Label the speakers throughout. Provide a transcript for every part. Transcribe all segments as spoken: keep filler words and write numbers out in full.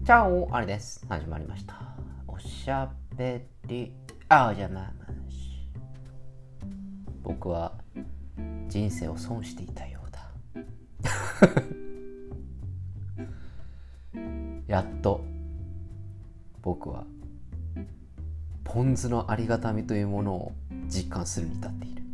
Speaker 1: チャオあれです。始まりました。おしゃべりあじゃまし。僕は人生を損していたようだ。やっと僕はポン酢のありがたみというものを実感するに至っている。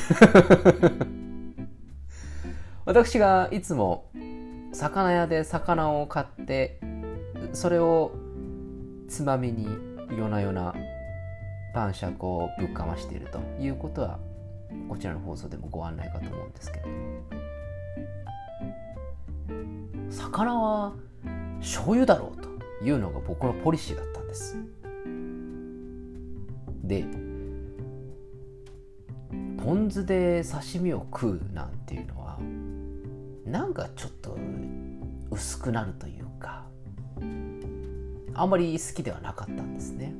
Speaker 1: 私がいつも魚屋で魚を買ってそれをつまみに夜な夜な晩酌をぶっかましているということはこちらの放送でもご案内かと思うんですけれども、魚は醤油だろうというのが僕のポリシーだったんです。でポン酢で刺身を食うなんていうのはなんかちょっと薄くなるというかあんまり好きではなかったんですね。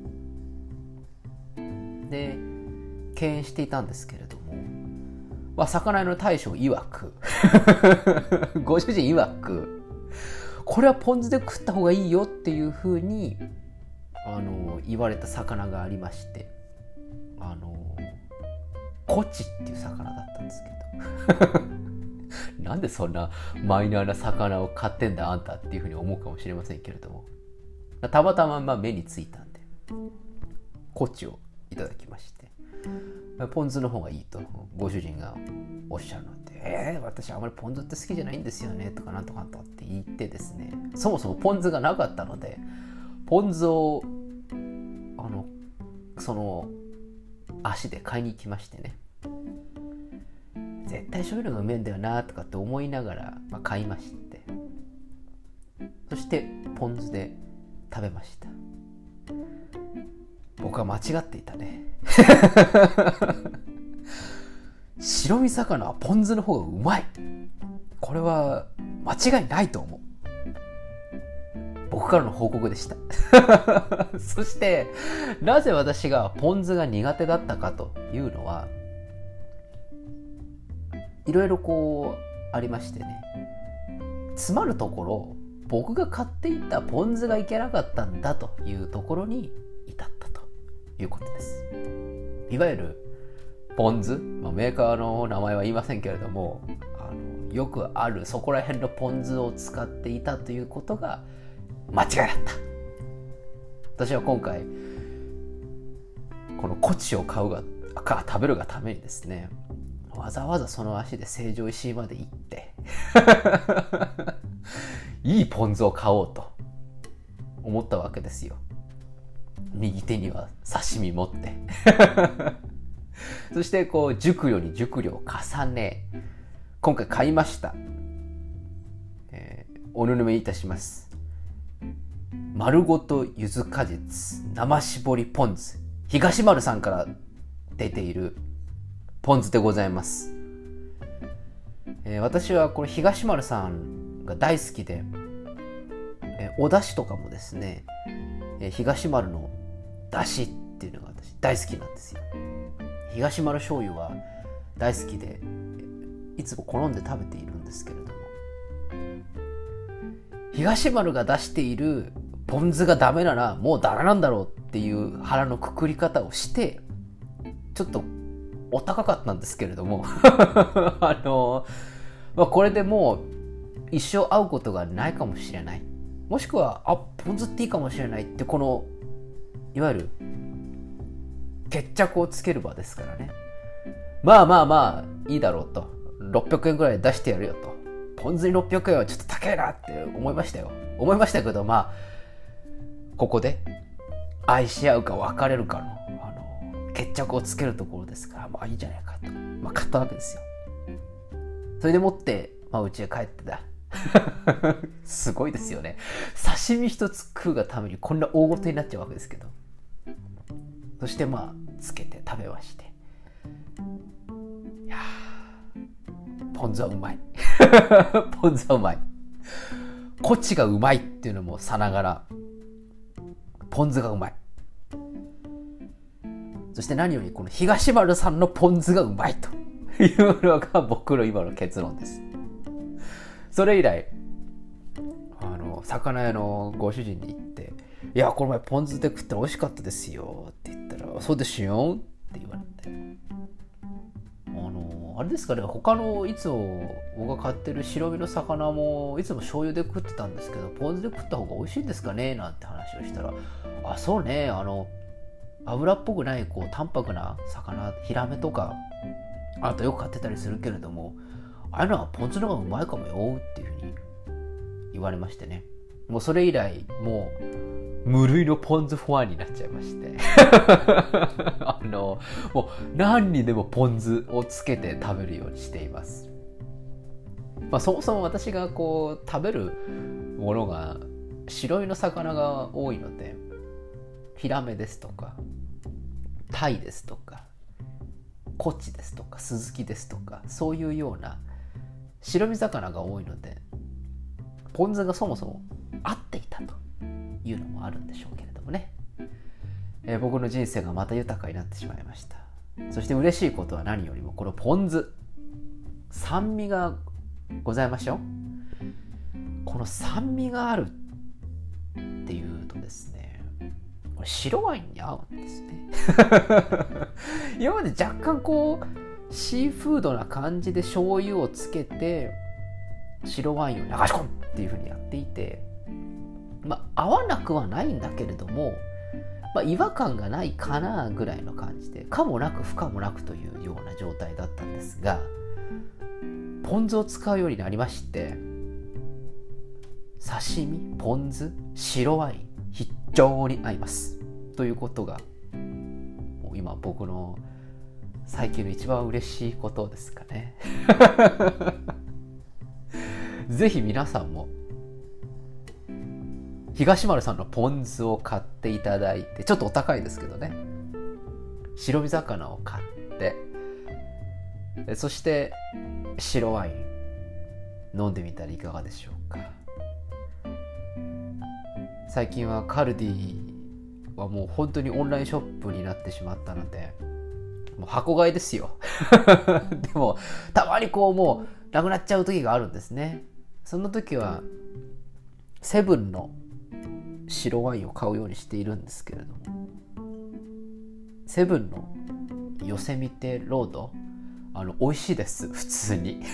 Speaker 1: で敬遠していたんですけれども、まあ、魚屋の大将曰くご主人曰くこれはポン酢で食った方がいいよっていうふうにあの言われた魚がありまして、あのコチっていう魚だったんですけどなんでそんなマイナーな魚を買ってんだあんたっていうふうに思うかもしれませんけれども、たまたまま目についたんでコチをいただきまして、ポン酢の方がいいとご主人がおっしゃるので、えー、私あまりポン酢って好きじゃないんですよねとかなんとかとって言ってですね、そもそもポン酢がなかったのでポン酢をあのその足で買いに行きましてね、絶対醤油の方がうめえんだよなとかって思いながら、まあ、買いまして、そしてポン酢で食べました。僕は間違っていたね。白身魚はポン酢の方がうまい。これは間違いないと思う。僕からの報告でした。そしてなぜ私がポン酢が苦手だったかというのは、いろいろこうありましてね、つまるところ僕が買っていたポン酢がいけなかったんだというところに至ったということです。いわゆるポン酢、まあ、メーカーの名前は言いませんけれども、あのよくあるそこら辺のポン酢を使っていたということが間違いだった。私は今回このコチを買うがか食べるがためにですね、わざわざその足で成城石井まで行っていいポン酢を買おうと思ったわけですよ。右手には刺身持ってそしてこう熟慮に熟慮を重ね今回買いました、えー、おぬぬめいたします。丸ごと柚子果実生搾りポン酢、東丸さんから出ているポン酢でございます。えー、私はこの東丸さんが大好きで、えー、お出汁とかもですね、えー、東丸の出汁っていうのが私大好きなんですよ。東丸醤油は大好きでいつも好んで食べているんですけれども、東丸が出しているポン酢がダメならもうダメなんだろうっていう腹のくくり方をしてちょっとお高かったんですけれどもあの、まあ、これでもう一生会うことがないかもしれない、もしくはあポン酢っていいかもしれないってこのいわゆる決着をつける場ですからね。まあまあまあいいだろうと、ろっぴゃくえんぐらい出してやるよと、ポン酢にろっぴゃくえんはちょっと高いなって思いましたよ思いましたけど、まあここで愛し合うか別れるかの、あの決着をつけるところですから、まあいいじゃないかと、まあ、買ったわけですよ。それでもって、まあ、家へ帰ってたすごいですよね。刺身一つ食うがためにこんな大ごとになっちゃうわけですけど、そしてまあつけて食べまして、いやポン酢はうまいポン酢はうまい、こっちがうまいっていうのもさながらポン酢がうまい、そして何よりこの東丸さんのポン酢がうまいというのが僕の今の結論です。それ以来あの魚屋のご主人に行って、いやこの前ポン酢で食ったら美味しかったですよって言ったら、そうですよって言われて、あのあれですかね、他のいつも僕が買ってる白身の魚もいつも醤油で食ってたんですけど、ポン酢で食った方が美味しいんですかねなんて話をしたら、あそうね、あの油っぽくないこう淡白な魚、ヒラメとかあとよく買ってたりするけれども、ああいうのはポン酢の方がうまいかもよっていうふうに言われましてね、もうそれ以来もう無類のポン酢ファンになっちゃいましてあのもう何にでもポン酢をつけて食べるようにしています。まあ、そもそも私がこう食べるものが白身の魚が多いので、ヒラメですとかタイですとかコチですとかスズキですとか、そういうような白身魚が多いので、ポン酢がそもそも合っていたというのもあるんでしょうけれどもね、えー、僕の人生がまた豊かになってしまいました。そして嬉しいことは何よりも、このポン酢酸味がございましょう。この酸味があるっていうとですね、これ白ワインに合うんですね今まで若干こうシーフードな感じで醤油をつけて白ワインを流し込むっていう風にやっていて、まあ合わなくはないんだけれども、まあ、違和感がないかなぐらいの感じで、可もなく不可もなくというような状態だったんですが、ポン酢を使うようになりまして、刺身、ポン酢、白ワイン非常に合いますということが、もう今僕の最近の一番嬉しいことですかねぜひ皆さんも東丸さんのポン酢を買っていただいて、ちょっとお高いですけどね、白身魚を買って、そして白ワイン飲んでみたらいかがでしょうか。最近はカルディはもう本当にオンラインショップになってしまったので、もう箱買いですよでもたまにこうもうなくなっちゃう時があるんですね。その時はセブンの白ワインを買うようにしているんですけれども、セブンのヨセミテロード、あの美味しいです普通に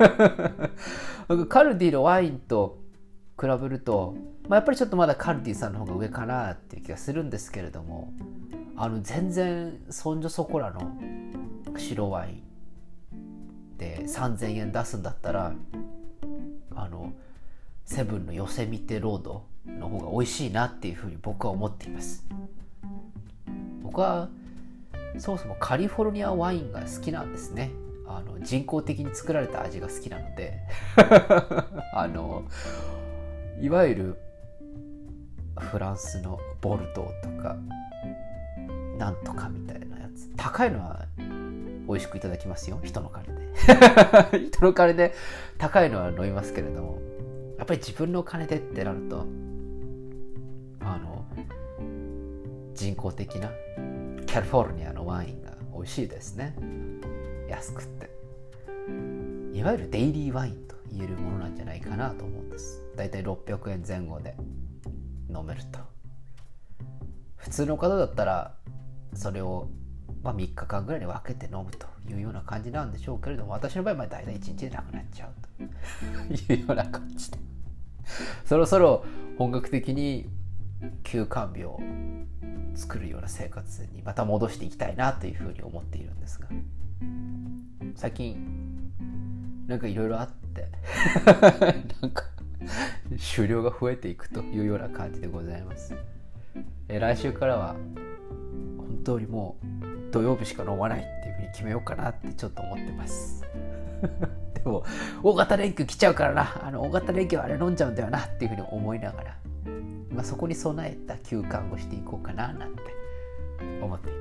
Speaker 1: カルディのワインと比べると、まあ、やっぱりちょっとまだカルディさんの方が上かなっていう気がするんですけれども、あの全然そんじょそこらの白ワインでさんぜんえん出すんだったら、あのセブンのヨセミテロードの方が美味しいなっていうふうに僕は思っています。僕はそもそもカリフォルニアワインが好きなんですね。あの人工的に作られた味が好きなのであのいわゆるフランスのボルドーとかなんとかみたいなやつ、高いのは美味しくいただきますよ、人の金で人の金で高いのは飲みますけれども、やっぱり自分の金でってなると、あの人工的なカリフォルニアのワインが美味しいですね。安くっていわゆるデイリーワインと言えるものなんじゃないかなと思うんです。だいたいろっぴゃくえんぜん後で飲めると。普通の方だったらそれをまあみっかかんぐらいに分けて飲むというような感じなんでしょうけれども、私の場合はだいたいいちにちでなくなっちゃうというような感じでそろそろ本格的に休肝病を作るような生活にまた戻していきたいなというふうに思っているんですが、最近なんかいろいろあってなんか酒量が増えていくというような感じでございます。え来週からは本当にもう土曜日しか飲まないっていうふうに決めようかなってちょっと思ってますでも大型連休来ちゃうからな、あの大型連休はあれ飲んじゃうんだよなっていうふうに思いながら、まあ、そこに備えた休館をしていこうかななんて思っています。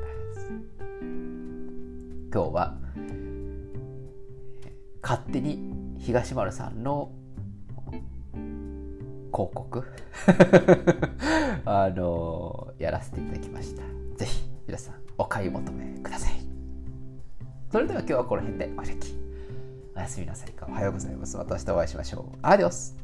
Speaker 1: 今日は勝手に東丸さんの広告あのやらせていただきました。ぜひ皆さんお買い求めください。それでは今日はこの辺でお開き。おやすみなさいか。おはようございます。また明日お会いしましょう。アディオス。